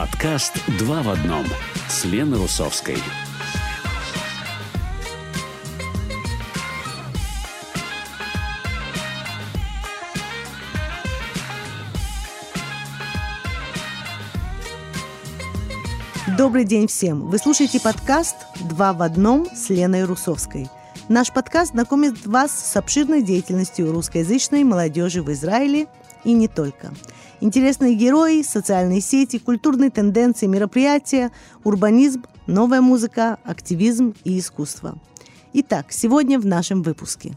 Подкаст «Два в одном» с Леной Русовской. Добрый день всем! Вы слушаете подкаст «Два в одном» с Леной Русовской. Наш подкаст знакомит вас с обширной деятельностью русскоязычной молодежи в Израиле и не только. Интересные герои, социальные сети, культурные тенденции, мероприятия, урбанизм, новая музыка, активизм и искусство. Итак, сегодня в нашем выпуске.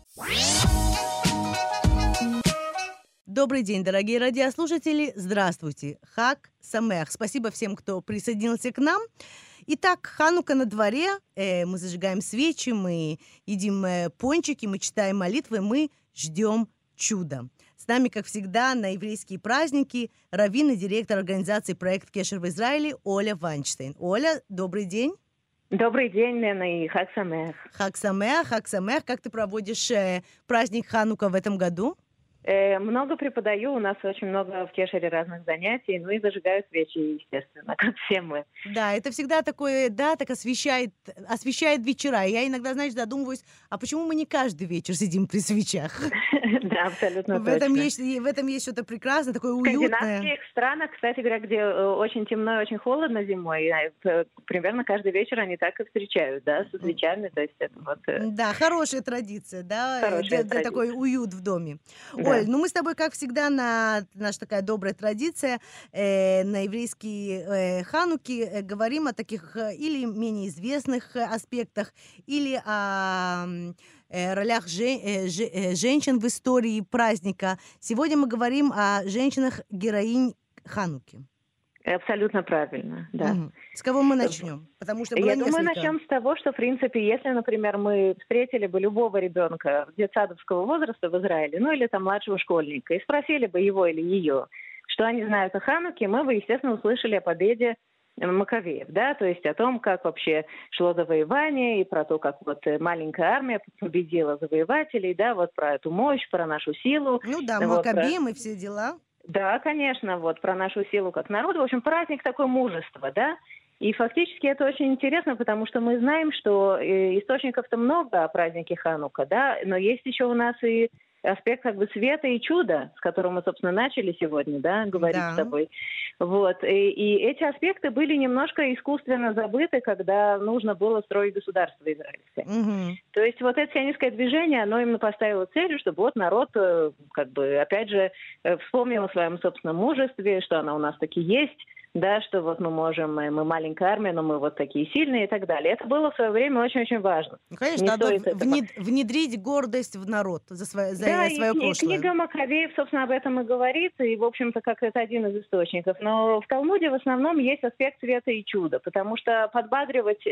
Добрый день, дорогие радиослушатели! Здравствуйте! Хаг Самеах! Спасибо всем, кто присоединился к нам. Итак, Ханука на дворе. Мы зажигаем свечи, мы едим пончики, мы читаем молитвы, мы ждем чуда. С нами, как всегда, на еврейские праздники раввин и директор организации «Проект Кешер» в Израиле Оля Вайнштейн. Оля, добрый день. Добрый день, Лена, и Хаг Самеах. Хаг Самеах, Хаг Самеах. Как ты проводишь праздник Ханука в этом году? Много преподаю, у нас очень много в Кешере разных занятий, ну и зажигаю свечи, естественно, как все мы. Да, это всегда такое, да, так освещает вечера. Я иногда, знаешь, задумываюсь, а почему мы не каждый вечер сидим при свечах? Да, абсолютно точно. В этом есть что-то прекрасное, такое уютное. В скандинавских странах, кстати говоря, где очень темно и очень холодно зимой, примерно каждый вечер они так и встречают, да, со свечами, то есть это вот... Да, хорошая традиция, да, для такой уют в доме. Да. Оль, ну мы с тобой, как всегда, наша такая добрая традиция, на еврейские хануки говорим о таких или менее известных аспектах, или о ролях женщин в истории праздника. Сегодня мы говорим о женщинах-героинь Хануки. Абсолютно правильно, да. Угу. С кого мы начнем? Потому что Я думаю, начнем с того, что, в принципе, если, например, мы встретили бы любого ребенка детсадовского возраста в Израиле, ну или там младшего школьника, и спросили бы его или ее, что они знают о Хануке, мы бы, естественно, услышали о победе Маковеев, да, то есть о том, как вообще шло завоевание, и про то, как вот маленькая армия победила завоевателей, да, вот про эту мощь, про нашу силу. Ну да, Маккабеем и все дела. Да, конечно, вот про нашу силу как народа. В общем, праздник такое мужество, да. И фактически это очень интересно, потому что мы знаем, что источников-то много о празднике Ханука, да, но есть еще у нас и аспект как бы света и чуда, с которым мы, собственно, начали сегодня, да, говорить с тобой. Вот. И эти аспекты были немножко искусственно забыты, когда нужно было строить государство израильское. Угу. То есть вот это сионистское движение, оно именно поставило целью, чтобы вот народ, как бы, опять же, вспомнил о своем собственном мужестве, что оно у нас таки есть, да, что вот мы можем, мы маленькая армия, но мы вот такие сильные и так далее. Это было в свое время очень-очень важно. Ну, конечно, надо внедрить гордость в народ за свое прошлое. И книга Маковеев, собственно, об этом и говорит, и, в общем-то, как это один из источников. Но в Талмуде в основном есть аспект света и чуда, потому что подбадривать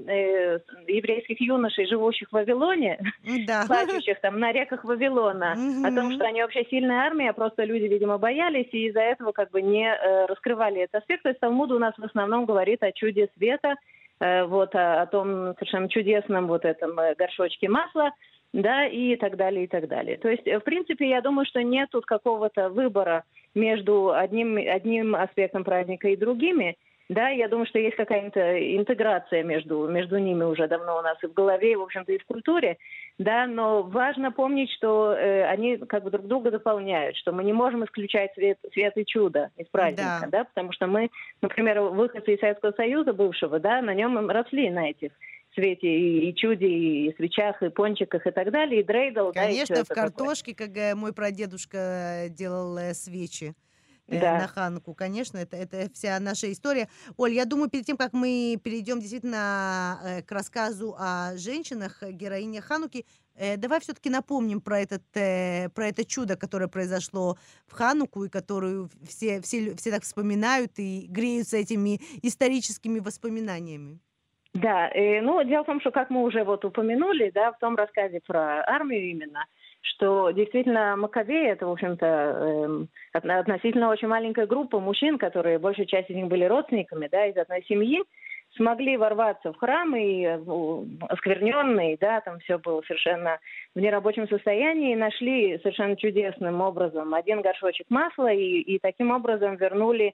еврейских юношей, живущих в Вавилоне, плачущих там на реках Вавилона, о том, что они вообще сильная армия, просто люди, видимо, боялись, и из-за этого как бы не раскрывали это. То есть Талмуд у нас в основном говорит о чуде света, вот, о том совершенно чудесном вот этом горшочке масла, да, и так далее, и так далее. То есть, в принципе, я думаю, что нет тут какого-то выбора между одним аспектом праздника и другими. Да, я думаю, что есть какая-то интеграция между ними уже давно у нас и в голове, и, в общем-то, и в культуре, да, но важно помнить, что они как бы друг друга дополняют, что мы не можем исключать свет и чудо из праздника, да, потому что мы, например, выходцы из Советского Союза бывшего, да, на нем росли на этих свете и чуде, и свечах, и пончиках, и так далее, и дрейдл. Конечно, да, в картошке, как мой прадедушка делал свечи. Да. На Хануку, конечно, это вся наша история. Оль, я думаю, перед тем, как мы перейдем действительно к рассказу о женщинах, героинях Хануки, давай все-таки напомним про это чудо, которое произошло в Хануку, и которую все так вспоминают и греются этими историческими воспоминаниями. Да, ну, дело в том, что, как мы уже вот упомянули, да, в том рассказе про армию именно, что действительно Маковеи, это, в общем-то, относительно очень маленькая группа мужчин, которые, большая часть из них были родственниками, да, из одной семьи, смогли ворваться в храм и оскверненные, да, там все было совершенно в нерабочем состоянии, и нашли совершенно чудесным образом один горшочек масла и таким образом вернули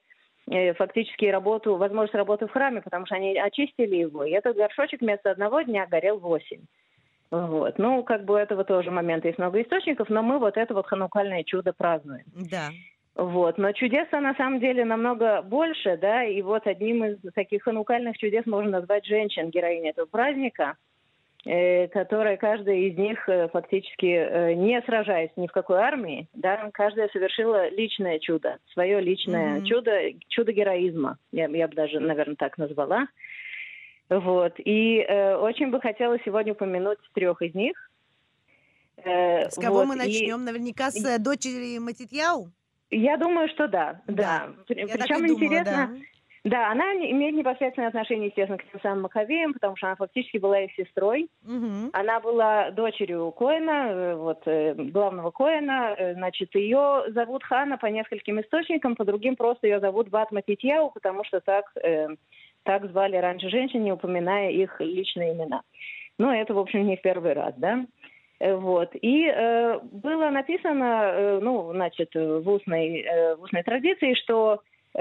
фактически возможность работы в храме, потому что они очистили его. И этот горшочек вместо одного дня горел 8. Вот. Ну, как бы у этого тоже момента есть много источников, но мы вот это вот ханукальное чудо празднуем. Да. Вот. Но чудес на самом деле намного больше, да, и вот одним из таких ханукальных чудес можно назвать женщин, героинь этого праздника, которые каждая из них фактически не сражаясь ни в какой армии, да, каждая совершила личное чудо, свое личное чудо героизма, я бы даже, наверное, так назвала. Вот. И очень бы хотела сегодня упомянуть 3 из них. С кого мы начнем? Наверняка с дочери Матитьяу? Я думаю, что да. Причем интересно... Да, она имеет непосредственное отношение, естественно, к тем самым Маковеям, потому что она фактически была их сестрой. Она была дочерью Коэна, главного Коэна. Значит, ее зовут Хана по нескольким источникам, по другим просто ее зовут Бат Матитьяу, потому что так звали раньше женщин, не упоминая их личные имена. Ну, это, в общем, не в первый раз, да. Вот. И было написано, в устной традиции, что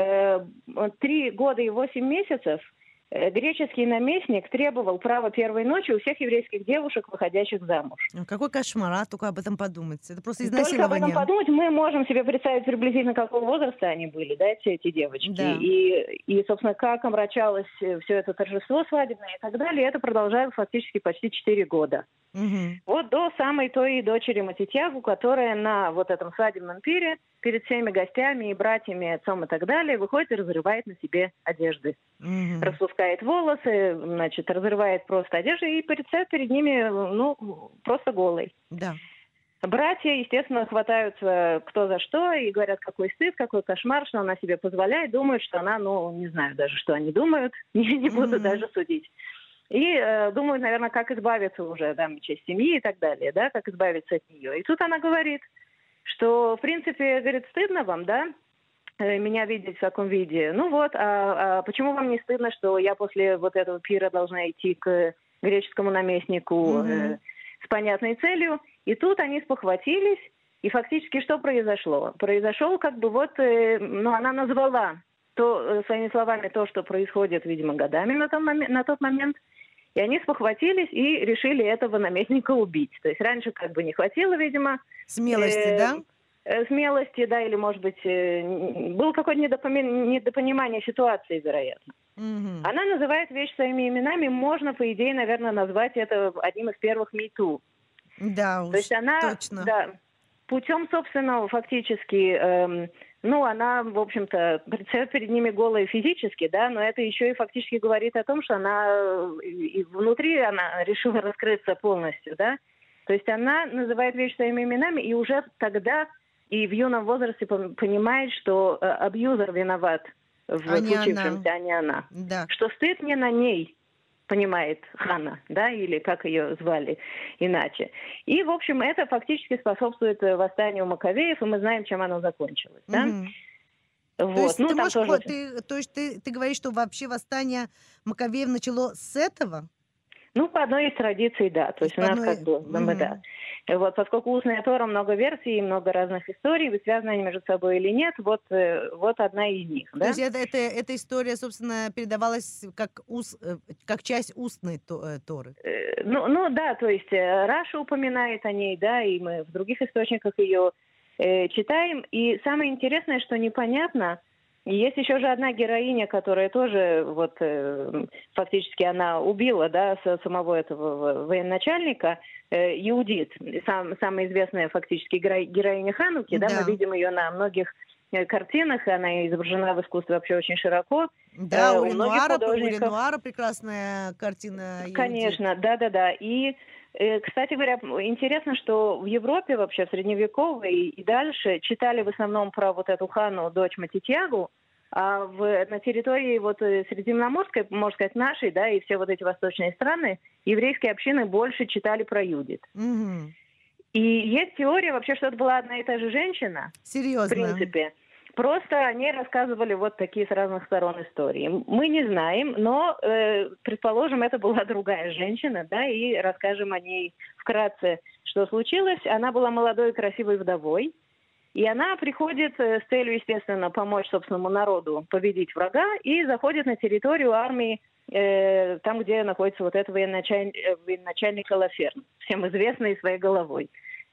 3 года и 8 месяцев греческий наместник требовал права первой ночи у всех еврейских девушек, выходящих замуж. Какой кошмар, только об этом подумать. Это просто изнасилование. Только об этом подумать, мы можем себе представить приблизительно, какого возраста они были, да, все эти девочки. Да. И, собственно, как омрачалось все это торжество свадебное и так далее, это продолжалось фактически почти 4 года. Вот до самой той дочери Матитьягу, которая на вот этом свадебном пире перед всеми гостями и братьями, отцом и так далее выходит и разрывает на себе одежды. Распускает волосы, значит, разрывает просто одежду и предстает перед ними, просто голой. Да. Братья, естественно, хватаются кто за что и говорят, какой стыд, какой кошмар, что она себе позволяет, думают, что она, не знаю даже, что они думают, не буду даже судить. И думают, наверное, как избавиться уже, да, часть семьи и так далее, да, как избавиться от нее. И тут она говорит, что, в принципе, говорит, стыдно вам, да, меня видеть в таком виде. Ну вот, а почему вам не стыдно, что я после вот этого пира должна идти к греческому наместнику с понятной целью? И тут они спохватились, и фактически что произошло? Произошел она назвала своими словами то, что происходит, видимо, годами на тот момент, и они спохватились и решили этого наместника убить. То есть раньше не хватило, видимо... Смелости, да? Смелости, да, или, может быть, было какое-то недопонимание ситуации, вероятно. Она называет вещи своими именами, можно, по идее, наверное, назвать это одним из первых MeToo. Да, уж, то есть она, точно. Да, путем собственного фактически... она, в общем-то, предстает перед ними голой физически, да, но это еще и фактически говорит о том, что она и внутри она решила раскрыться полностью, да. То есть она называет вещи своими именами и уже тогда и в юном возрасте понимает, что абьюзер виноват в случившемся, а не она. Да. Что стыд не на ней, понимает Хана, да, или как ее звали иначе. И, в общем, это фактически способствует восстанию Маковеев, и мы знаем, чем оно закончилось, да? Вот. То есть ты говоришь, что вообще восстание Маковеев начало с этого? По одной из традиций, да. То есть у нас да. Вот, поскольку устная Тора, много версий, много разных историй, связаны они между собой или нет, вот одна из них. Да? То есть эта история, собственно, передавалась как часть устной Торы? Да, то есть Раша упоминает о ней, да, и мы в других источниках ее читаем. И самое интересное, что непонятно, есть еще же одна героиня, которая тоже фактически она убила, да, самого этого военачальника, Иудит, самая известная фактически героиня Хануки, да, мы видим ее на многих картинах, она изображена в искусстве вообще очень широко. Да, у Ренуара прекрасная картина. Конечно, да. И, кстати говоря, интересно, что в Европе вообще в Средневековой и дальше читали в основном про вот эту Хану, дочь Матитьягу, а на территории Средиземноморской, можно сказать, нашей, да, и все эти восточные страны, еврейские общины больше читали про Юдит. И есть теория вообще, что это была одна и та же женщина. Серьезно? В принципе. Просто они рассказывали такие с разных сторон истории. Мы не знаем, но, предположим, это была другая женщина, да, и расскажем о ней вкратце, что случилось. Она была молодой и красивой вдовой. И она приходит с целью, естественно, помочь собственному народу победить врага и заходит на территорию армии, там, где находится вот этот военачальник Холоферн, всем известный своей головой.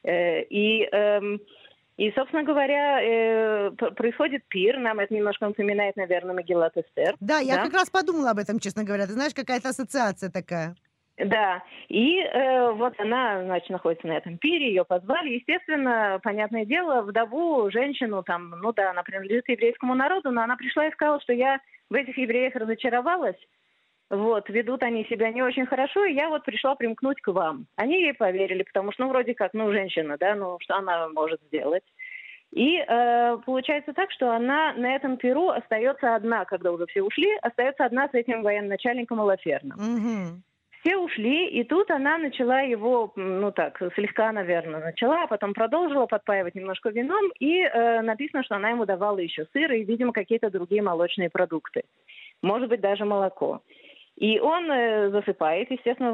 И, собственно говоря, происходит пир. Нам это немножко напоминает, наверное, Мегилат Эстер. Да, я как раз подумала об этом, честно говоря. Ты знаешь, какая-то ассоциация такая. Да, и вот она, значит, находится на этом пире, ее позвали. Естественно, понятное дело, вдову, женщину, там, ну да, она принадлежит еврейскому народу, но она пришла и сказала, что я в этих евреях разочаровалась. Вот, ведут они себя не очень хорошо, и я вот пришла примкнуть к вам. Они ей поверили, потому что, ну, вроде как, ну, женщина, да, ну, что она может сделать. И получается так, что она на этом пиру остается одна, когда уже все ушли, остается одна с этим военачальником Холоферном. Угу. Все ушли, и тут она начала его, ну так, слегка, наверное, начала, а потом продолжила подпаивать немножко вином, и написано, что она ему давала еще сыр и, видимо, какие-то другие молочные продукты. Может быть, даже молоко. И он засыпает, естественно,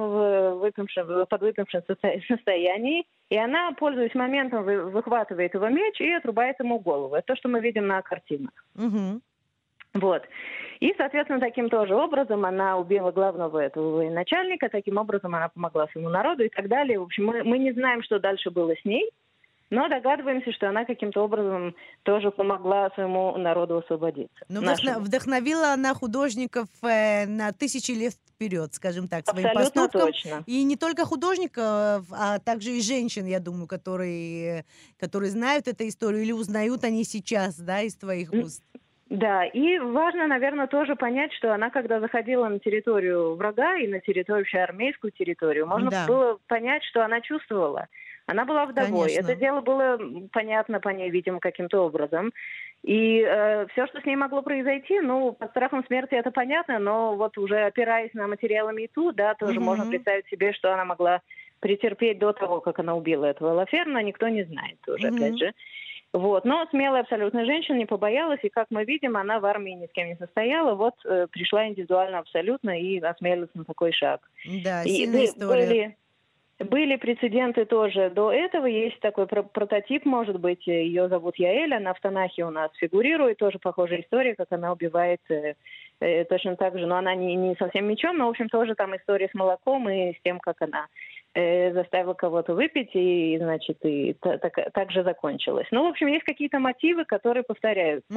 в подвыпившем состоянии, и она, пользуясь моментом, выхватывает его меч и отрубает ему голову. Это то, что мы видим на картинах. Угу. Вот. И, соответственно, таким тоже образом она убила главного этого военачальника, таким образом она помогла своему народу и так далее. В общем, мы не знаем, что дальше было с ней, но догадываемся, что она каким-то образом тоже помогла своему народу освободиться. Ну, вдохновила она художников на тысячи лет вперед, скажем так, своим абсолютно поступком. Точно. И не только художников, а также и женщин, я думаю, которые знают эту историю или узнают они сейчас, да, из твоих уст. Да, и важно, наверное, тоже понять, что она, когда заходила на территорию врага и на территорию, вообще армейскую территорию, можно было понять, что она чувствовала. Она была вдовой. Конечно. Это дело было понятно по ней, видимо, каким-то образом. И все, что с ней могло произойти, ну, под страхом смерти это понятно, но вот уже опираясь на материалы МeToo, да, тоже можно представить себе, что она могла претерпеть до того, как она убила этого Холоферна, никто не знает тоже, опять же. Вот. Но смелая абсолютно женщина не побоялась, и, как мы видим, она в армии ни с кем не состояла, вот пришла индивидуально абсолютно и осмелилась на такой шаг. Да, сильная история. Были прецеденты тоже до этого. Есть такой прототип, может быть, ее зовут Яэль, она в Танахе у нас фигурирует, тоже похожая история, как она убивает точно так же, но она не совсем мечом, но, в общем, тоже там история с молоком и с тем, как она заставила кого-то выпить, и, значит, и так же закончилось. Ну, в общем, есть какие-то мотивы, которые повторяются.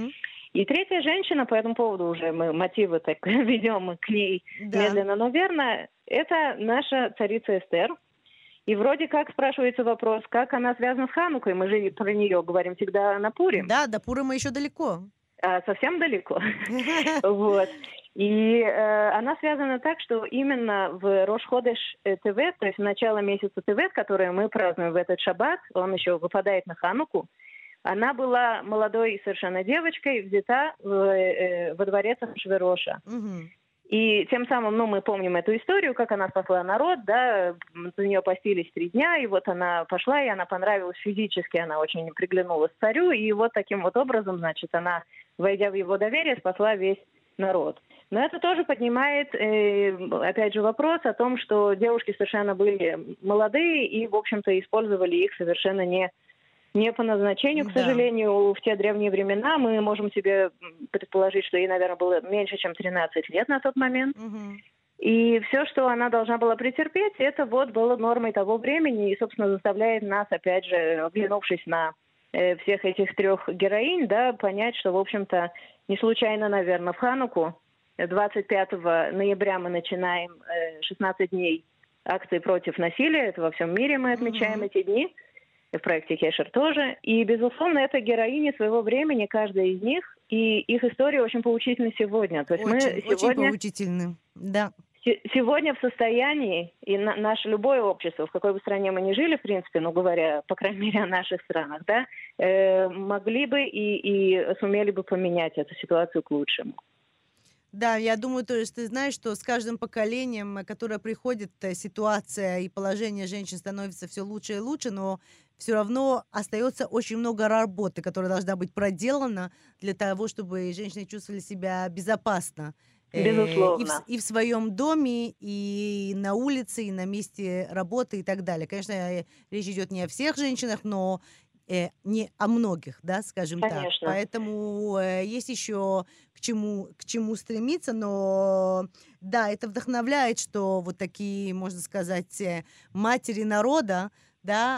И третья женщина, по этому поводу уже мы мотивы так ведем к ней медленно, но верно, это наша царица Эстер. И вроде как спрашивается вопрос, как она связана с Ханукой. Мы же про нее говорим всегда на Пурим. Да, до Пурима еще далеко. Совсем далеко. Вот. И она связана так, что именно в Рош-Ходеш Тевет, то есть в начало месяца Тевет, который мы празднуем в этот шаббат, он еще выпадает на Хануку, она была молодой совершенно девочкой, взята во дворец Ахашвероша. И тем самым, ну, мы помним эту историю, как она спасла народ, да, за нее постились 3 дня, и вот она пошла, и она понравилась физически, она очень приглянулась царю, и вот таким вот образом, значит, она, войдя в его доверие, спасла весь народ. Но это тоже поднимает, опять же, вопрос о том, что девушки совершенно были молодые и, в общем-то, использовали их совершенно не по назначению, к сожалению. В те древние времена мы можем себе предположить, что ей, наверное, было меньше, чем 13 лет на тот момент. И все, что она должна была претерпеть, это вот было нормой того времени и, собственно, заставляет нас, опять же, оглянувшись на всех этих 3 героинь, да, понять, что, в общем-то, не случайно, наверное, в Хануку 25 ноября мы начинаем 16 дней акции против насилия. Это во всем мире мы отмечаем эти дни. В проекте Кешер тоже. И, безусловно, это героини своего времени, каждая из них. И их история очень поучительна сегодня. То есть очень поучительны, да. Сегодня в состоянии, и наше любое общество, в какой бы стране мы ни жили, в принципе, ну, говоря, по крайней мере, о наших странах, да, могли бы и сумели бы поменять эту ситуацию к лучшему. Да, я думаю, то есть ты знаешь, что с каждым поколением, которое приходит, ситуация и положение женщин становится все лучше и лучше, но все равно остается очень много работы, которая должна быть проделана для того, чтобы женщины чувствовали себя безопасно. Безусловно. И в своем доме, и на улице, и на месте работы, и так далее. Конечно, речь идет не о всех женщинах, но не о многих, да, скажем так. Конечно. Поэтому есть еще к чему стремиться, но да, это вдохновляет, что вот такие, можно сказать, матери народа, да,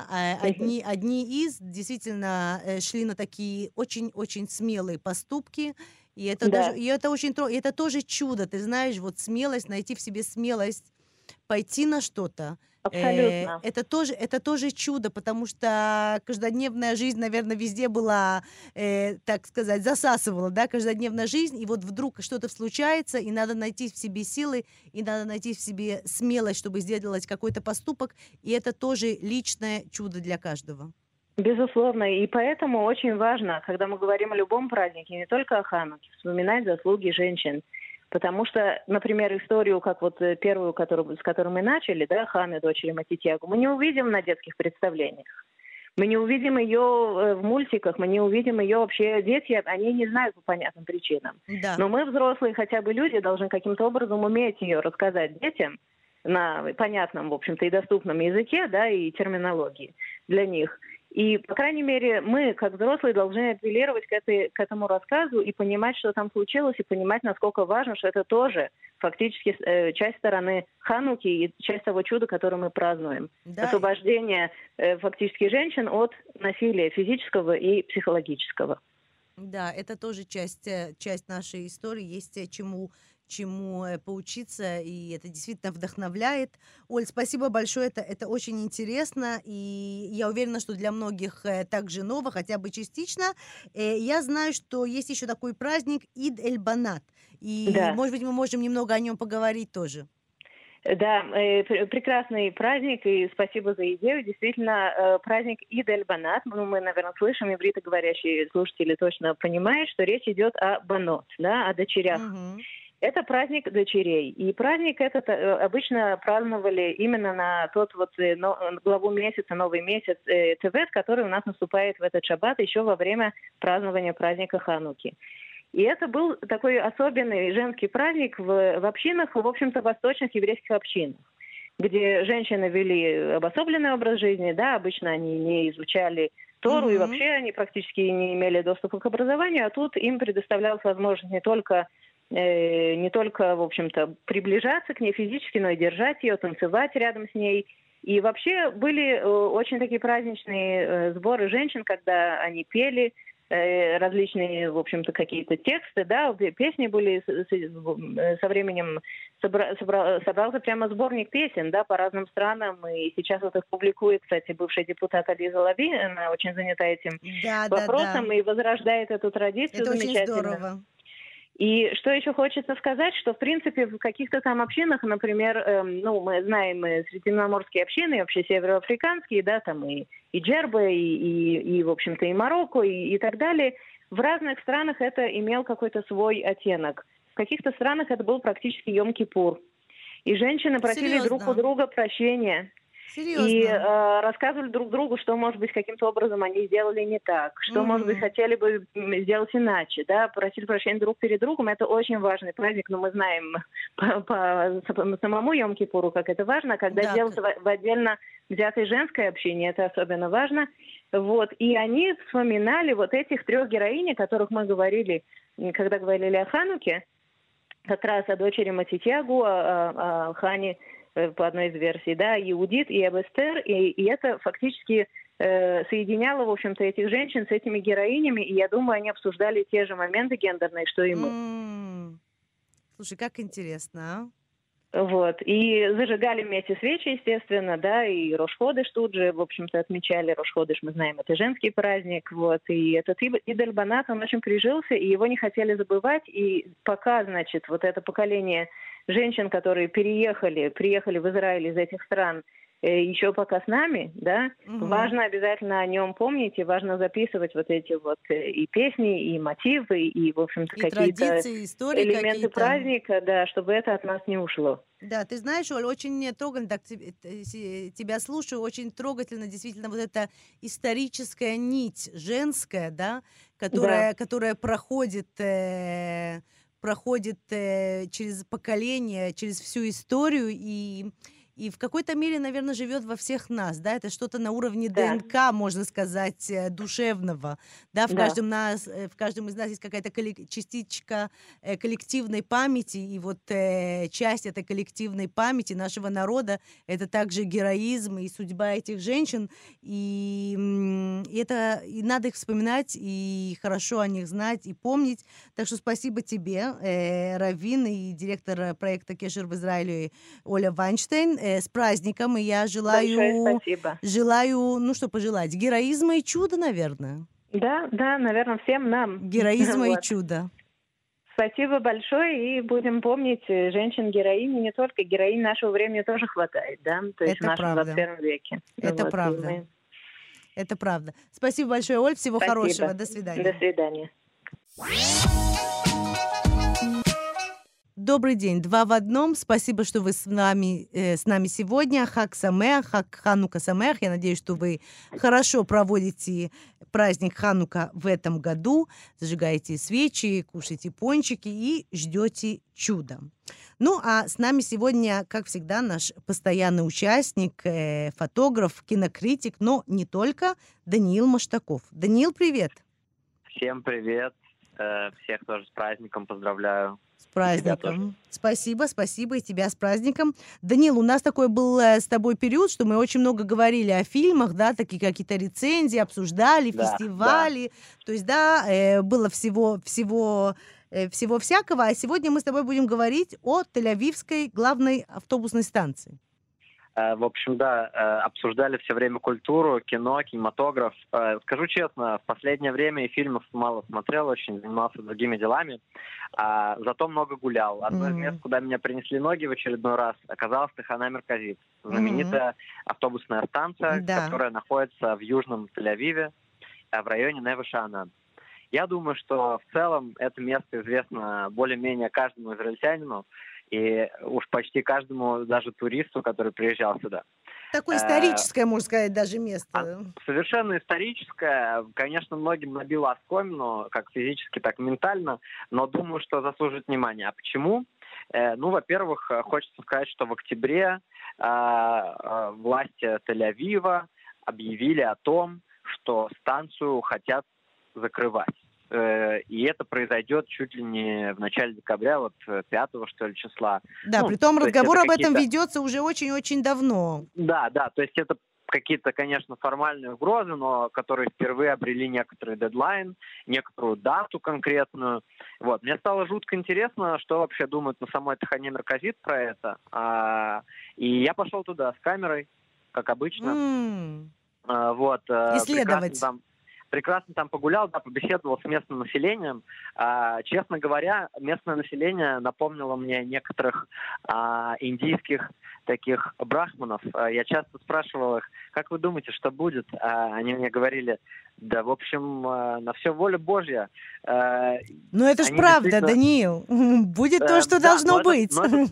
одни из действительно шли на такие очень-очень смелые поступки, Да, и это и это тоже чудо, ты знаешь, вот смелость, найти в себе смелость, пойти на что-то. абсолютно. Это тоже чудо, потому что каждодневная жизнь, наверное, везде была, так сказать, засасывала, да, каждодневная жизнь, и вот вдруг что-то случается, и надо найти в себе силы, и надо найти в себе смелость, чтобы сделать какой-то поступок, и это тоже личное чудо для каждого. Безусловно, и поэтому очень важно, когда мы говорим о любом празднике, не только о Хануке, вспоминать заслуги женщин. Потому что, например, историю, как вот первую, с которой мы начали, да, Ханы, дочери Матитьягу, мы не увидим на детских представлениях. Мы не увидим ее в мультиках, мы не увидим ее вообще. Дети, они не знают по понятным причинам. Да, Но мы, взрослые хотя бы люди, должны каким-то образом уметь ее рассказать детям на понятном, в общем-то, и доступном языке, да, и терминологии для них. И, по крайней мере, мы, как взрослые, должны апеллировать к этому рассказу и понимать, что там случилось, и понимать, насколько важно, что это тоже фактически часть стороны Хануки и часть того чуда, которое мы празднуем. да, Освобождение фактически женщин от насилия физического и психологического. да, это тоже часть нашей истории, есть чему поучиться, и это действительно вдохновляет. Оль, спасибо большое, это очень интересно, и я уверена, что для многих также ново, хотя бы частично. Я знаю, что есть еще такой праздник Ид-эль-Банат, и, Да. может быть, мы можем немного о нем поговорить тоже. Да, прекрасный праздник, и спасибо за идею. Действительно, праздник Ид-эль-Банат, мы, наверное, слышим, ивритоговорящие слушатели точно понимают, что речь идет о банот, да, о дочерях. Мгм. Это праздник дочерей. И праздник этот обычно праздновали именно на тот вот главу месяца, новый месяц Тевет, который у нас наступает в этот шаббат еще во время празднования праздника Хануки. И это был такой особенный женский праздник в общинах, в общем-то, восточных еврейских общинах, где женщины вели обособленный образ жизни, да, обычно они не изучали Тору, и Мгм. вообще они практически не имели доступа к образованию, а тут им предоставлялась возможность не только, в общем-то, приближаться к ней физически, но и держать ее, танцевать рядом с ней. И вообще были очень такие праздничные сборы женщин, когда они пели различные, в общем-то, какие-то тексты, да, песни были со временем собрался прямо сборник песен, да, по разным странам, и сейчас вот их публикует, кстати, бывший депутат Ализа Лави, она очень занята этим Да, да, да. вопросом и возрождает эту традицию Это очень замечательно. здорово. И что еще хочется сказать, что, в принципе, в каких-то там общинах, например, мы знаем средиземноморские общины, и вообще североафриканские, да, там и Джерба, и, в общем-то, и Марокко, и так далее. В разных странах это имел какой-то свой оттенок. В каких-то странах это был практически Йом-Кипур. И женщины просили друг у Серьезно? друга прощения. И Серьезно? рассказывали друг другу, что, может быть, каким-то образом они сделали не так, что, может быть, Мгм. хотели бы сделать иначе, да, просили прощения друг перед другом. Это очень важный праздник, но мы знаем по самому Йом-Кипуру, как это важно. А когда Да, делается в отдельно взятой женской общине, это особенно важно. Вот. И они вспоминали вот этих трех героинь, о которых мы говорили, когда говорили о Хануке, как раз о дочери Матитьягу, о Хане, по одной из версий, да, Иудит и Эстер, и это фактически соединяло, в общем-то, этих женщин с этими героинями, и я думаю, они обсуждали те же моменты гендерные, что и мы. Слушай, как интересно, а? Вот. И зажигали вместе свечи, естественно, да, и Рош-Ходыш тут же, в общем-то, отмечали. Рош-Ходыш, мы знаем, это женский праздник, вот. И этот Ид-эль-Банат, он очень прижился, и его не хотели забывать. И пока, значит, вот это поколение женщин, которые приехали в Израиль из этих стран, еще пока с нами, да, Мгм. важно обязательно о нем помнить, и важно записывать вот эти вот и песни, и мотивы, и, в общем-то, И какие-то традиции, истории элементы какие-то. праздника, да, чтобы это от нас не ушло. Да, ты знаешь, Оль, очень трогательно, так тебя слушаю, очень трогательно действительно вот эта историческая нить женская, да, которая проходит через поколения, через всю историю, и и в какой-то мере, наверное, живет во всех нас, да, это что-то на уровне Да. ДНК, можно сказать, душевного, да, в Да. в каждом из нас есть какая-то частичка коллективной памяти, и вот часть этой коллективной памяти нашего народа — это также героизм и судьба этих женщин, и надо их вспоминать, и хорошо о них знать, и помнить. Так что спасибо тебе, раввин и директор проекта «Кешер» в Израиле Оля Вайнштейн. С праздником, и я Большое спасибо. желаю, ну что пожелать, героизма и чуда, наверное. Да, наверное, всем нам. Героизма и Вот. чуда. Спасибо большое, и будем помнить женщин-героинь, не только героинь нашего времени тоже хватает, да, то есть Это в нашем правда. 21 веке. Это Вот, и правда. мы- Это правда. Спасибо большое, Оль, всего Спасибо. хорошего. До свидания. До свидания. Добрый день, два в одном. Спасибо, что вы с нами сегодня. Хаг Самеах, Хаг Ханука Самеах. Я надеюсь, что вы хорошо проводите праздник Ханука в этом году. Зажигаете свечи, кушаете пончики и ждете чуда. Ну, а с нами сегодня, как всегда, наш постоянный участник, фотограф, кинокритик, но не только, Даниил Маштаков. Даниил, привет. Всем привет. Всех тоже с праздником поздравляю. С праздником. Спасибо, и тебя с праздником. Данил, у нас такой был с тобой период, что мы очень много говорили о фильмах, да, такие какие-то рецензии, обсуждали, Да, фестивали. То есть, да, было всего всякого. А сегодня мы с тобой будем говорить о Тель-Авивской главной автобусной станции. В общем, да, обсуждали все время культуру, кино, кинематограф. Скажу честно, в последнее время и фильмов мало смотрел, очень занимался другими делами, зато много гулял. Одно из мест, куда меня принесли ноги в очередной раз, оказалась Тахана Мерказит, знаменитая автобусная станция, которая находится в южном Тель-Авиве, в районе Неве-Шаанан. Я думаю, что в целом это место известно более-менее каждому израильтянину, и уж почти каждому, даже туристу, который приезжал сюда. Такое историческое, можно сказать, даже место. Совершенно историческое. Конечно, многим набило оскомину, как физически, так и ментально, но думаю, что заслуживает внимания. А почему? Ну, во-первых, хочется сказать, что в октябре власти Тель-Авива объявили о том, что станцию хотят закрывать. И это произойдет чуть ли не в начале декабря, вот 5-го, что ли, числа. Да, притом разговор об этом ведется уже очень-очень давно. Да, то есть это какие-то, конечно, формальные угрозы, но которые впервые обрели некоторый дедлайн, некоторую дату конкретную. Вот. Мне стало жутко интересно, что вообще думают на самой Тахане Мерказит про это. И я пошел туда с камерой, как обычно. Вот. Исследовать. Прекрасно там погулял, да, побеседовал с местным населением. Честно говоря, местное население напомнило мне некоторых индийских таких брахманов. Я часто спрашивал их, как вы думаете, что будет? Они мне говорили, да, в общем, на все воля Божья. Ну это ж правда, Даниил. Будет то, что должно быть.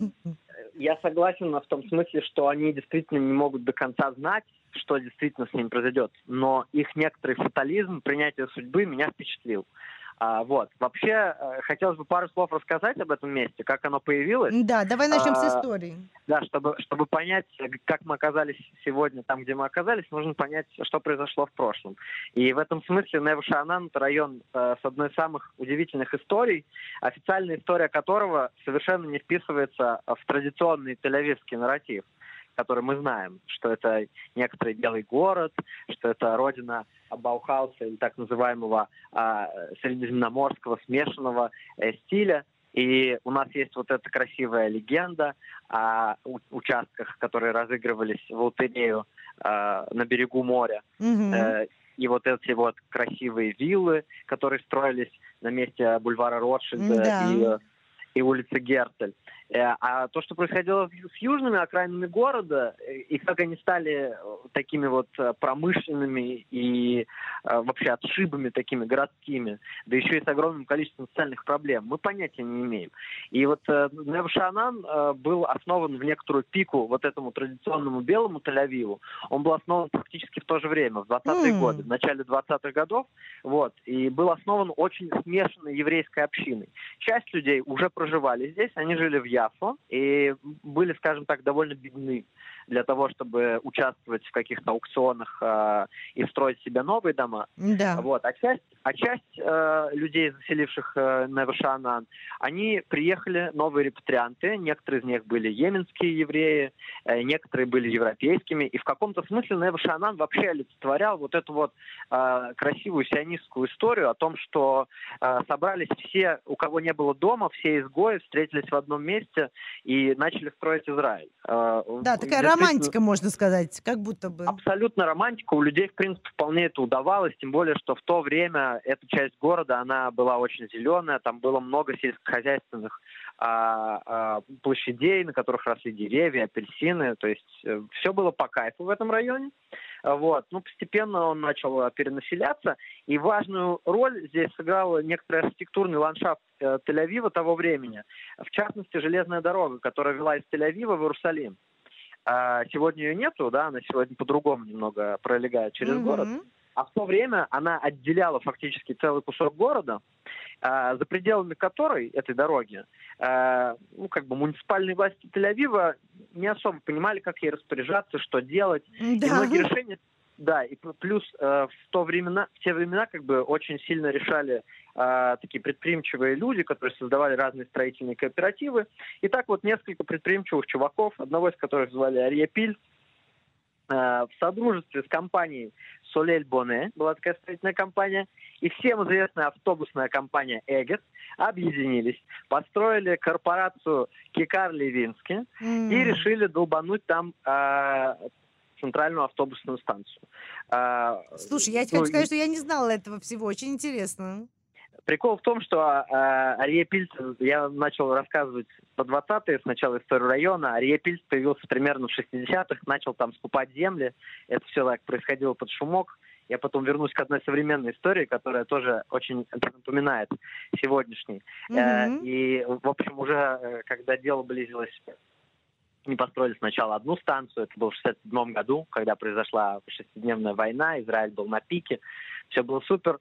Я согласен в том смысле, что они действительно не могут до конца знать, что действительно с ним произойдет. Но их некоторый фатализм, принятие судьбы меня впечатлил. Вот. Вообще, хотелось бы пару слов рассказать об этом месте, как оно появилось. Да, давай начнем с истории. Да, чтобы понять, как мы оказались сегодня там, где мы оказались, нужно понять, что произошло в прошлом. И в этом смысле Неве-Шаанан — это район с одной из самых удивительных историй, официальная история которого совершенно не вписывается в традиционный тель-авивский нарратив, который мы знаем, что это некоторый белый город, что это родина Баухауса или так называемого средиземноморского смешанного стиля. И у нас есть вот эта красивая легенда о участках, которые разыгрывались в лотерею на берегу моря. И вот эти вот красивые виллы, которые строились на месте бульвара Ротшильда и улицы Герцель. А то, что происходило с южными окраинами города, и как они стали такими вот промышленными и вообще отшибами такими городскими, да еще и с огромным количеством социальных проблем, мы понятия не имеем. И вот Неве-Шаанан был основан в некоторую пику вот этому традиционному белому Тель-Авиву. Он был основан практически в то же время, в 20-е годы, в начале 20-х годов, вот, и был основан очень смешанной еврейской общиной. Часть людей уже проживали здесь, они жили в Яффо и были, скажем так, довольно бедны. для того, чтобы участвовать в каких-то аукционах и строить себе новые дома. Да. Вот. А часть людей, заселивших Неве-Шаанан, они приехали, новые репатрианты. Некоторые из них были йеменские евреи, некоторые были европейскими. И в каком-то смысле Неве-Шаанан вообще олицетворял вот эту вот красивую сионистскую историю о том, что собрались все, у кого не было дома, все изгои, встретились в одном месте и начали строить Израиль. Да, такая романтика, можно сказать, как будто бы. Абсолютно романтика. У людей, в принципе, вполне это удавалось, тем более, что в то время эта часть города, она была очень зеленая, там было много сельскохозяйственных площадей, на которых росли деревья, апельсины, то есть все было по кайфу в этом районе. Вот. Ну, постепенно он начал перенаселяться, и важную роль здесь сыграл некоторый архитектурный ландшафт Тель-Авива того времени, в частности, железная дорога, которая вела из Тель-Авива в Иерусалим. Сегодня ее нету, да, она сегодня по-другому немного пролегает через город. А в то время она отделяла фактически целый кусок города, за пределами которой, этой дороги, муниципальные власти Тель-Авива не особо понимали, как ей распоряжаться, что делать. Да. И многие решения... Да, и плюс в те времена очень сильно решали такие предприимчивые люди, которые создавали разные строительные кооперативы. И так вот несколько предприимчивых чуваков, одного из которых звали Арье Пильц, в содружестве с компанией Солель Боне, была такая строительная компания, и всем известная автобусная компания Эгет объединились, построили корпорацию Кикар Левински и решили долбануть там центральную автобусную станцию. Слушай, я тебе хочу сказать, что я не знала этого всего. Очень интересно. Прикол в том, что Арье Пильц, я начал рассказывать по 20-е, сначала историю района. Арье Пильц появился примерно в 60-х, начал там скупать земли. Это все так происходило под шумок. Я потом вернусь к одной современной истории, которая тоже очень напоминает сегодняшней. И, в общем, уже когда дело близилось, они построили сначала одну станцию, это было в 67 году, когда произошла шестидневная война, Израиль был на пике, все было супер.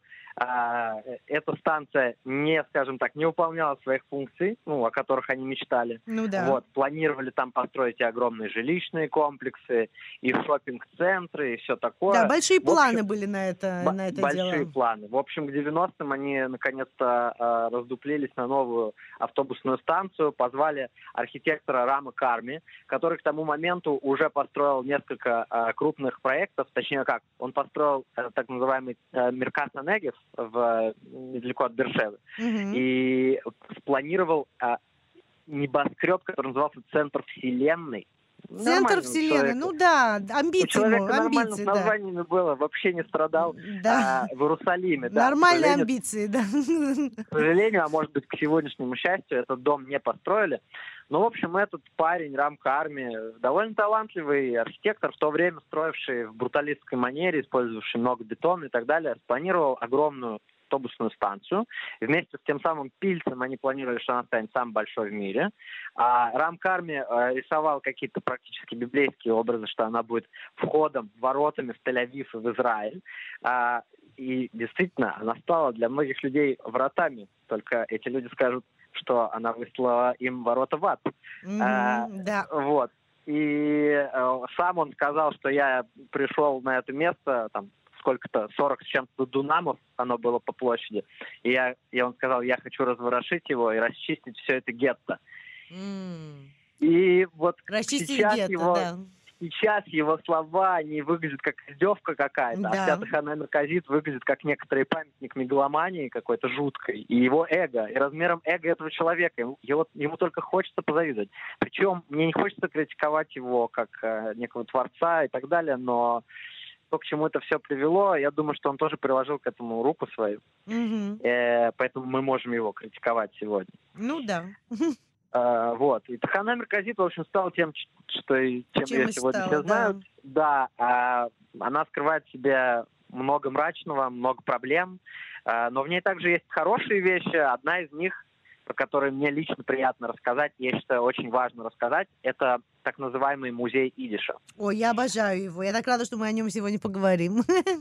Эта станция не выполняла своих функций, о которых они мечтали. Ну да. Вот, планировали там построить и огромные жилищные комплексы, и шоппинг-центры, и все такое. Да, большие планы были на это дело. Большие планы. В общем, к 90-м они наконец-то раздуплились на новую автобусную станцию, позвали архитектора Рама Карми, который к тому моменту уже построил несколько крупных проектов, точнее как, он построил так называемый Меркат-Негев недалеко от Бершевы, и спланировал небоскреб, который назывался «Центр Вселенной». Центр Вселенной, амбиции. У человека нормально с названиями было, вообще не страдал в Иерусалиме. Нормальные амбиции, да. К сожалению, а может быть, к сегодняшнему счастью, этот дом не построили. Но, в общем, этот парень, Рам Карми, довольно талантливый архитектор, в то время строивший в бруталистской манере, использовавший много бетона и так далее, спланировал огромную автобусную станцию. И вместе с тем самым Пильцем они планировали, что она станет самой большой в мире. А Рам Карми рисовал какие-то практически библейские образы, что она будет входом, воротами в Тель-Авив и в Израиль. И действительно, она стала для многих людей вратами. Только эти люди скажут, что она выслала им ворота в ад. Да. Вот. И сам он сказал, что я пришел на это место, там, сколько-то, 40 с чем-то дунамов оно было по площади. И он сказал, я хочу разворошить его и расчистить все это гетто. И вот расчистить гетто, сейчас его слова, они выглядят как издевка какая-то, да. А вся Тахана Мерказит выглядит как некоторый памятник мегаломании какой-то жуткой. И его эго, и размером эго этого человека, ему только хочется позавидовать. Причем мне не хочется критиковать его как некого творца и так далее, но то, к чему это все привело, я думаю, что он тоже приложил к этому руку свою. Поэтому мы можем его критиковать сегодня. Ну да. Вот. И Тахана Мерказит, в общем, стал тем, чем ее сегодня все знают. Да, она скрывает в себе много мрачного, много проблем, но в ней также есть хорошие вещи. Одна из них, про которые мне лично приятно рассказать, я считаю, очень важно рассказать, это так называемый музей идиша. Ой, я обожаю его. Я так рада, что мы о нем сегодня поговорим.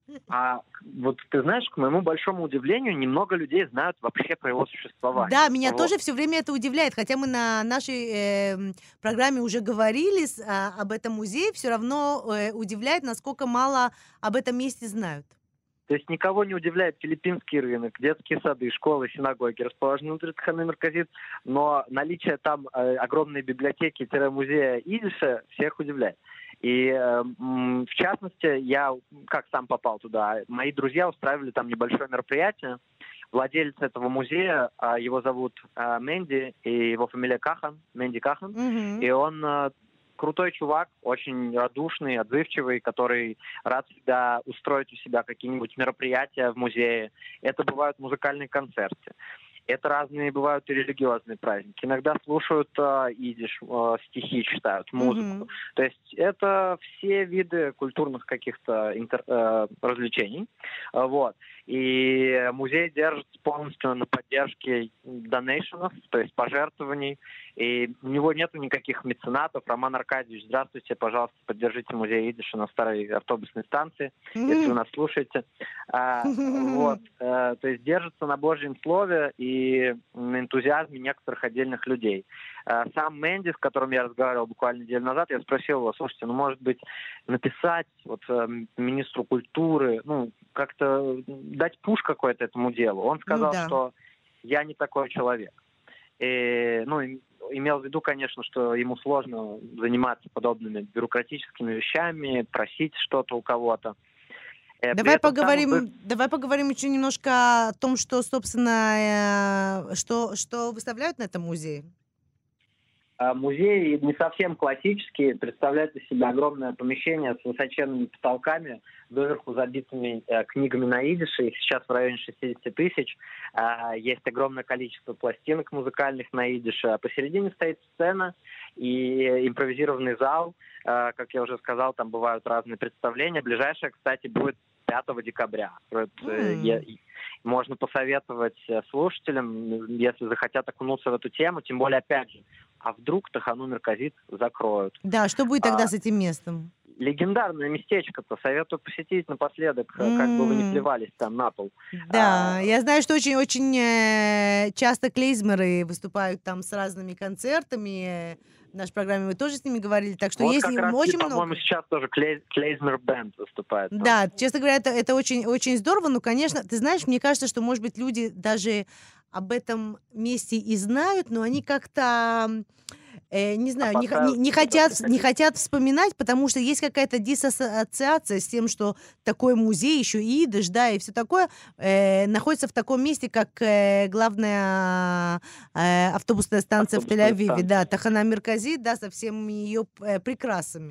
А вот ты знаешь, к моему большому удивлению, немного людей знают вообще про его существование. Да, меня Вот. тоже все время это удивляет, хотя мы на нашей программе уже говорили об этом музее, все равно удивляет, насколько мало об этом месте знают. То есть никого не удивляет филиппинский рынок, детские сады, школы, синагоги, расположены внутри Таханы Мерказит, но наличие там огромной библиотеки-музея идиша всех удивляет. И в частности, я как сам попал туда, мои друзья устраивали там небольшое мероприятие. Владелец этого музея, его зовут Мэнди, и его фамилия Кахан, Мэнди Кахан, и он крутой чувак, очень радушный, отзывчивый, который рад всегда устроить у себя какие-нибудь мероприятия в музее. Это бывают музыкальные концерты. Это разные бывают и религиозные праздники. Иногда слушают идиш, стихи читают, музыку. То есть это все виды культурных каких-то развлечений. Вот. И музей держится полностью на поддержке донейшенов, то есть пожертвований. И у него нету никаких меценатов. Роман Аркадьевич, здравствуйте, пожалуйста, поддержите музей идиша на старой автобусной станции, если вы нас слушаете. Вот. То есть держится на Божьем слове и на энтузиазме некоторых отдельных людей. Сам Мэнди, с которым я разговаривал буквально неделю назад, я спросил его, слушайте, ну, может быть, написать вот министру культуры, ну, как-то дать пуш какой-то этому делу. Он сказал, что я не такой человек. И, ну, имел в виду, конечно, что ему сложно заниматься подобными бюрократическими вещами, просить что-то у кого-то. Давай поговорим еще немножко о том, что, собственно, что выставляют на этом музее. Музей не совсем классический, представляет из себя огромное помещение с высоченными потолками, доверху забитыми книгами на идише, их сейчас в районе 60 тысяч. Есть огромное количество пластинок музыкальных на идише. А посередине стоит сцена и импровизированный зал. Как я уже сказал, там бывают разные представления. Ближайшее, кстати, будет 5 декабря. Можно посоветовать слушателям, если захотят окунуться в эту тему, тем более, опять же, а вдруг Тахану Мерказит закроют. Да, что будет тогда с этим местом? Легендарное местечко-то, советую посетить напоследок, как бы вы не плевались там на пол. Да, я знаю, что очень-очень часто клейзмеры выступают там с разными концертами. В нашей программе мы тоже с ними говорили, так что вот есть как раз очень много. По-моему, сейчас тоже клейзмер бенд выступает. Там. Да, честно говоря, это очень здорово, но, конечно, ты знаешь, мне кажется, что, может быть, люди даже об этом месте и знают, но они как-то... не знаю, не хотят вспоминать, потому что есть какая-то диссоциация с тем, что такой музей, еще идиш, да, и все такое, находится в таком месте, как главная автобусная станция в Тель-Авиве, да, Тахана Мерказит, да, со всеми ее прекрасами.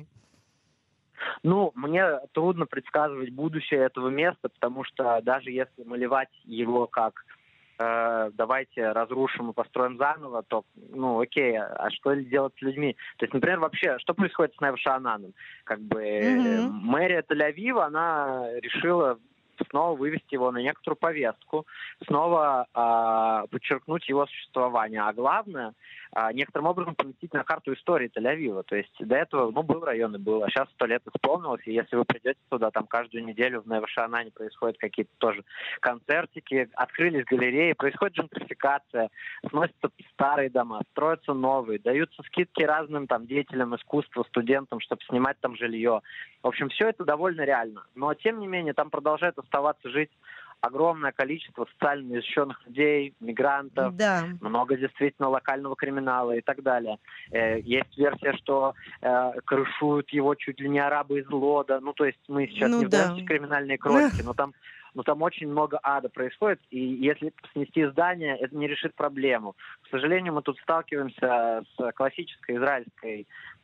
Ну, мне трудно предсказывать будущее этого места, потому что даже если малевать его как давайте разрушим и построим заново, то, ну, окей, а что делать с людьми? То есть, например, вообще, что происходит с Неве-Шаананом? Как бы мэрия Тель-Авива, она решила снова вывести его на некоторую повестку, снова подчеркнуть его существование. А главное, некоторым образом поместить на карту истории Тель-Авива. То есть до этого, ну, был район и был, а сейчас 100 лет исполнилось, и если вы придете туда, там каждую неделю в Неве-Шаанане происходят какие-то тоже концертики, открылись галереи, происходит джентрификация, сносятся старые дома, строятся новые, даются скидки разным там деятелям искусства, студентам, чтобы снимать там жилье. В общем, все это довольно реально. Но, тем не менее, там продолжает оставаться жить огромное количество социально незащищенных людей, мигрантов, много действительно локального криминала и так далее. Есть версия, что крышуют его чуть ли не арабы из Лода. Ну, то есть мы сейчас не вдаемся в криминальные хроники, но там очень много ада происходит, и если снести здание, это не решит проблему. К сожалению, мы тут сталкиваемся с классической израильской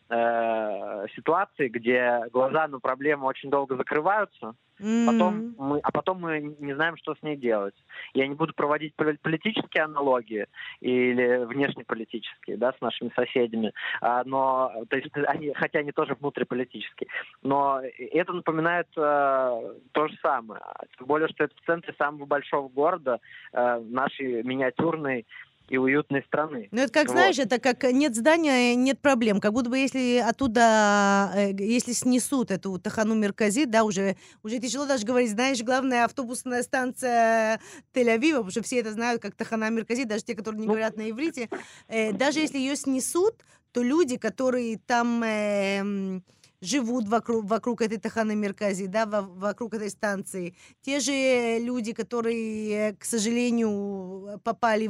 ситуации, где глаза на проблему очень долго закрываются, потом мы не знаем, что с ней делать. Я не буду проводить политические аналогии или внешнеполитические, да, с нашими соседями, но, то есть, хотя они тоже внутриполитические, но это напоминает то же самое. Тем более, что это в центре самого большого города, нашей миниатюрной и уютной страны. Ну, это как, знаешь, это как нет здания, нет проблем. Как будто бы если оттуда, если снесут эту Тахану Меркази, да, уже тяжело даже говорить, знаешь, главная автобусная станция Тель-Авива, потому что все это знают как Тахана Меркази, даже те, которые не говорят на иврите. Даже если ее снесут, то люди, которые там живут вокруг этой Таханы Меркази, да, вокруг этой станции. Те же люди, которые, к сожалению, попали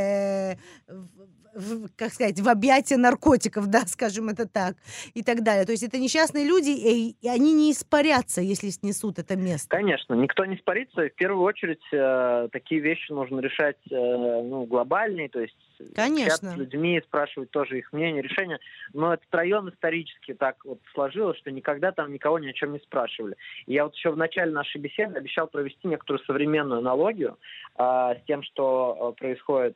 как сказать, в объятия наркотиков, да, скажем это так, и так далее. То есть это несчастные люди, и они не испарятся, если снесут это место. Конечно, никто не испарится. В первую очередь такие вещи нужно решать глобальные, то есть общаться с людьми, спрашивать тоже их мнение, решения. Но этот район исторически так вот сложилось, что никогда там никого ни о чем не спрашивали. И я вот еще в начале нашей беседы обещал провести некоторую современную аналогию с тем, что происходит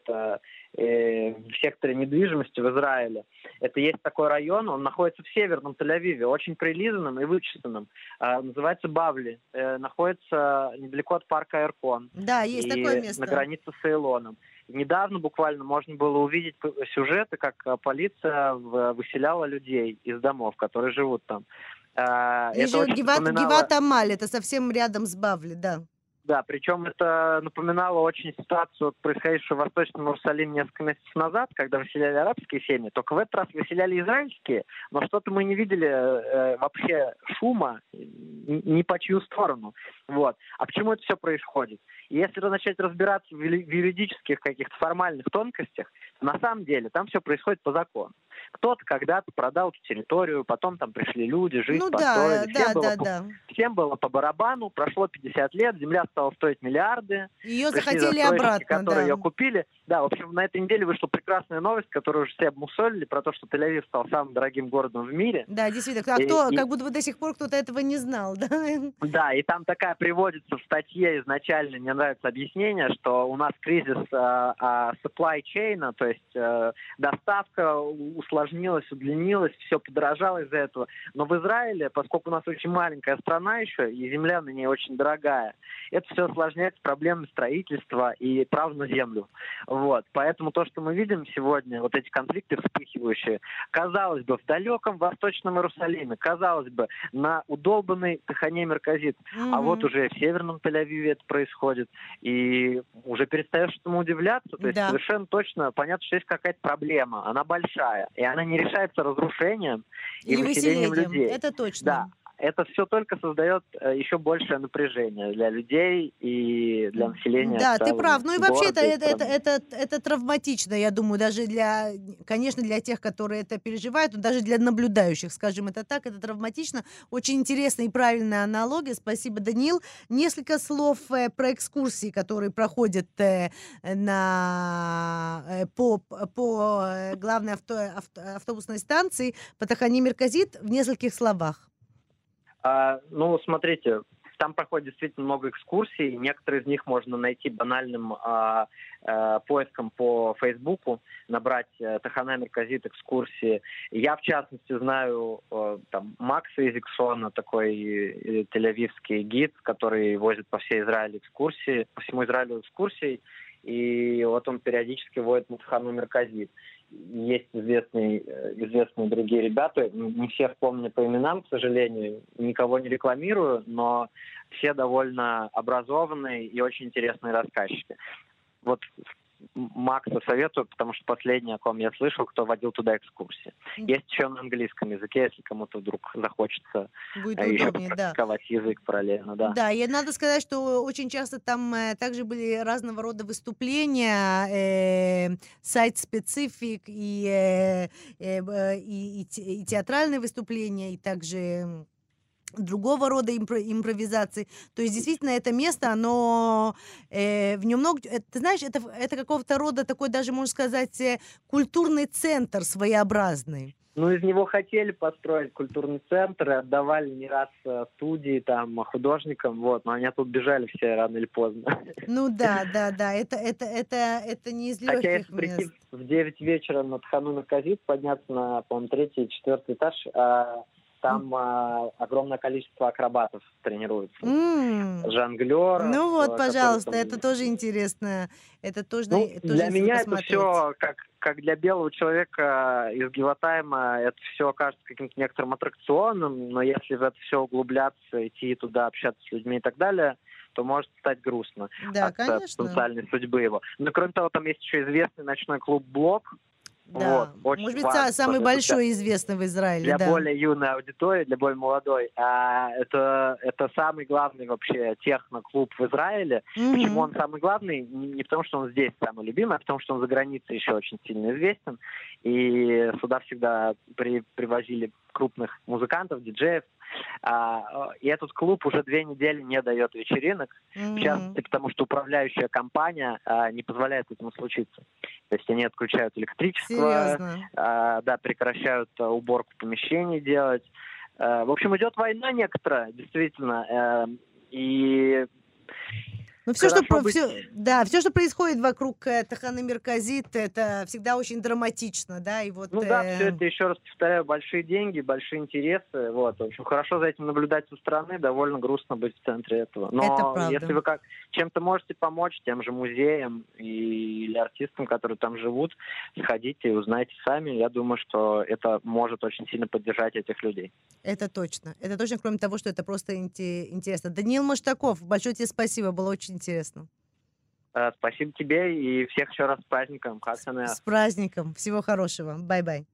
в секторе недвижимости в Израиле. Это есть такой район, он находится в северном Тель-Авиве, очень прилизанном и вычищенном. Называется Бавли. Находится недалеко от парка Эркон. Да, есть такое место. На границе с Эйлоном. Недавно буквально можно было увидеть сюжеты, как полиция выселяла людей из домов, которые живут там. Есть же Гиват Амаль, это совсем рядом с Бавли, да. Да, причем это напоминало очень ситуацию, происходившую в Восточном Иерусалиме несколько месяцев назад, когда выселяли арабские семьи. Только в этот раз выселяли израильские, но что-то мы не видели вообще шума ни по чью сторону. Вот. А почему это все происходит? И если начать разбираться в юридических каких-то формальных тонкостях, то на самом деле там все происходит по закону. Кто-то когда-то продал эту территорию, потом там пришли люди, жизнь построили. Всем было по барабану, прошло 50 лет, земля стала стоить миллиарды. Ее захотели обратно, которые ее купили. Да, в общем, на этой неделе вышла прекрасная новость, которую уже все обмусолили, про то, что Тель-Авив стал самым дорогим городом в мире. Да, действительно. Как будто бы до сих пор кто-то этого не знал, да? Да, и там такая приводится в статье изначально, мне нравится объяснение, что у нас кризис supply chain, то есть доставка усложнилась, удлинилась, все подорожало из-за этого. Но в Израиле, поскольку у нас очень маленькая страна еще, и земля на ней очень дорогая, это все осложняется проблемами строительства и прав на землю. Вот. Поэтому то, что мы видим сегодня, вот эти конфликты вспыхивающие, казалось бы, в далеком Восточном Иерусалиме, казалось бы, на удолбанной Тахане Мерказит, а вот уже в Северном Тель-Авиве это происходит, и уже перестаешь этому удивляться, то есть совершенно точно понятно, что есть какая-то проблема, она большая, и она не решается разрушением и выселением людей. Это точно. Да. Это все только создает еще большее напряжение для людей и для населения. Да, ты прав. Ну и вообще это травматично, я думаю, даже конечно, для тех, которые это переживают, но даже для наблюдающих, скажем это так, это травматично. Очень интересная и правильная аналогия. Спасибо, Даниил. Несколько слов про экскурсии, которые проходят по главной автобусной станции по Тахане Мерказит в нескольких словах. Ну, смотрите, там проходит действительно много экскурсий. Некоторые из них можно найти банальным поиском по Фейсбуку, набрать Тахана Мерказит экскурсии. Я, в частности, знаю там Макса из Иксона, такой тель-авивский гид, который возит по всей Израилю экскурсии, по всему Израилю экскурсии. И вот он периодически водит на Тахану Мерказит. Есть известные другие ребята, не всех помню по именам, к сожалению, никого не рекламирую, но все довольно образованные и очень интересные рассказчики. Вот Макса советую, потому что последний, о ком я слышал, кто водил туда экскурсии. Есть еще на английском языке, если кому-то вдруг захочется еще попрактиковать язык параллельно. Да. Да, и надо сказать, что очень часто там также были разного рода выступления, сайт-специфик и театральные выступления, и также другого рода импровизации. То есть, действительно, это место, оно в нем много... Ты знаешь, это какого-то рода такой, даже, можно сказать, культурный центр своеобразный. Ну, из него хотели построить культурный центр, и отдавали не раз студии, там, художникам, вот, но они тут бежали все рано или поздно. Ну, да, это не из легких мест. Хотя, если прийти в 9 вечера на Тахану Мерказит, подняться на, по-моему, 3-й и 4-й этаж, Там огромное количество акробатов тренируется. Жонглер. Ну вот, пожалуйста, это тоже интересно. Это тоже, для меня это посмотреть. все, как для белого человека из Гиватайма, это все кажется каким-то некоторым аттракционом, но если в это все углубляться, идти туда, общаться с людьми и так далее, то может стать грустно от потенциальной судьбы его. Но кроме того, там есть еще известный ночной клуб «Блок». Да, вот, может быть, самый большой и известный в Израиле. Для более юной аудитории, для более молодой. Это самый главный вообще техно-клуб в Израиле. Почему он самый главный? Не потому, что он здесь самый любимый, а потому, что он за границей еще очень сильно известен. И сюда всегда привозили крупных музыкантов, диджеев. И этот клуб уже 2 недели не дает вечеринок, в частности, потому что управляющая компания не позволяет этому случиться. То есть они отключают электричество, прекращают уборку помещений делать. В общем, идет война некоторая, действительно. И все, что происходит вокруг Таханы Мерказит, это всегда очень драматично, да, и вот... все это, еще раз повторяю, большие деньги, большие интересы, вот, в общем, хорошо за этим наблюдать со стороны, довольно грустно быть в центре этого. Но если вы чем-то можете помочь тем же музеям или артистам, которые там живут, сходите и узнайте сами, я думаю, что это может очень сильно поддержать этих людей. Это точно, кроме того, что это просто интересно. Даниил Маштаков, большое тебе спасибо, было очень интересно. Спасибо тебе и всех еще раз с праздником. С праздником. Всего хорошего. Бай-бай.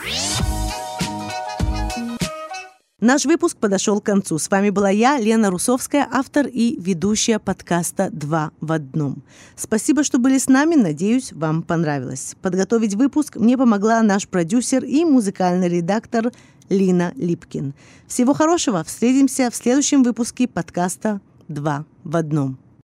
Наш выпуск подошел к концу. С вами была я, Лена Русовская, автор и ведущая подкаста «Два в одном». Спасибо, что были с нами. Надеюсь, вам понравилось. Подготовить выпуск мне помогла наш продюсер и музыкальный редактор Лина Липкин. Всего хорошего. Встретимся в следующем выпуске подкаста «Два в одном».